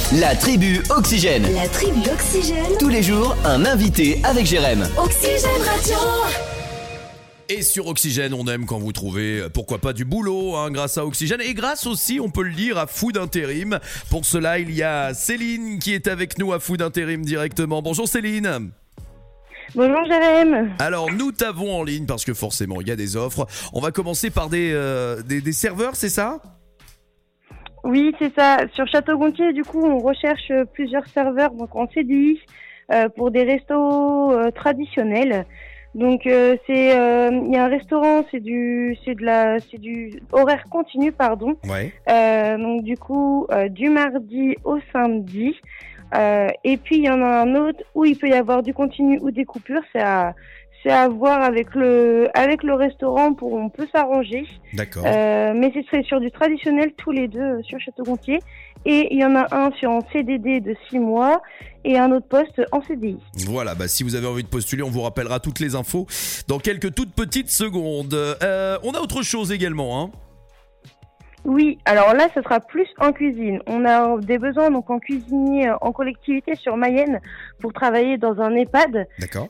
La tribu Oxygène. La tribu Oxygène. Tous les jours, un invité avec Jérém. Oxygène Radio. Et sur Oxygène, on aime quand vous trouvez, pourquoi pas, du boulot grâce à Oxygène. Et grâce aussi, on peut le dire, à Food Intérim. Pour cela, il y a Céline qui est avec nous à Food Intérim directement. Bonjour Céline. Bonjour Jérém. Alors, nous t'avons en ligne parce que forcément, il y a des offres. On va commencer par des serveurs, c'est ça ? Oui, c'est ça. Sur Château-Gontier, du coup, on recherche plusieurs serveurs donc en CDI pour des restos traditionnels. Donc il y a un restaurant, c'est du horaire continu, pardon. Ouais. Donc du coup du mardi au samedi. Et puis il y en a un autre où il peut y avoir du continu ou des coupures. C'est à voir avec le restaurant, on peut s'arranger. D'accord. Mais ce serait sur du traditionnel tous les deux sur Château-Gontier. Et il y en a un sur un CDD de 6 mois et un autre poste en CDI. Voilà, si vous avez envie de postuler, on vous rappellera toutes les infos dans quelques toutes petites secondes. On a autre chose également, hein. Oui, alors là, ce sera plus en cuisine. On a des besoins donc en cuisinier en collectivité sur Mayenne pour travailler dans un EHPAD. D'accord.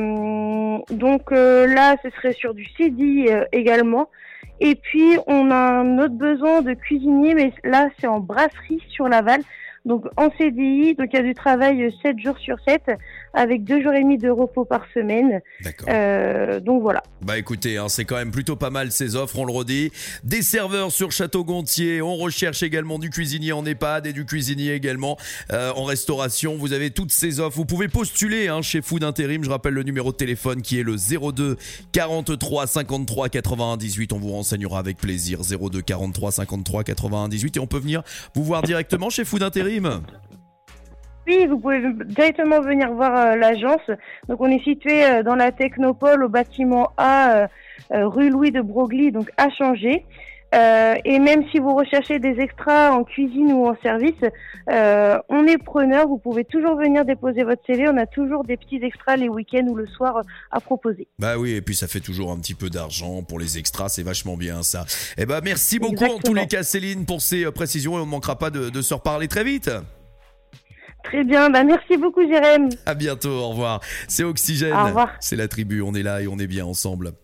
Donc là, ce serait sur du CDI également. Et puis, on a un autre besoin de cuisinier, mais là, c'est en brasserie sur Laval. Donc en CDI, donc il y a du travail 7 jours sur 7 avec 2 jours et demi de repos par semaine. D'accord. Donc voilà. Écoutez, c'est quand même plutôt pas mal ces offres, on le redit. Des serveurs sur Château-Gontier, on recherche également du cuisinier en EHPAD et du cuisinier également en restauration. Vous avez toutes ces offres. Vous pouvez postuler chez Food Intérim. Je rappelle le numéro de téléphone qui est le 02 43 53 81 18. On vous renseignera avec plaisir. 02 43 53 81 18 et on peut venir vous voir directement chez Food Intérim. Oui, vous pouvez directement venir voir l'agence. Donc on est situé dans la Technopole au bâtiment A, rue Louis de Broglie, donc à Changé. Et même si vous recherchez des extras en cuisine ou en service, on est preneur. Vous pouvez toujours venir déposer votre CV. On a toujours des petits extras les week-ends ou le soir à proposer. Oui, et puis ça fait toujours un petit peu d'argent pour les extras. C'est vachement bien ça. Merci beaucoup. Exactement. En tous les cas, Céline, pour ces précisions et on ne manquera pas de se reparler très vite. Très bien, merci beaucoup Jérém. À bientôt, au revoir. C'est Oxygène. Au revoir. C'est la tribu, on est là et on est bien ensemble.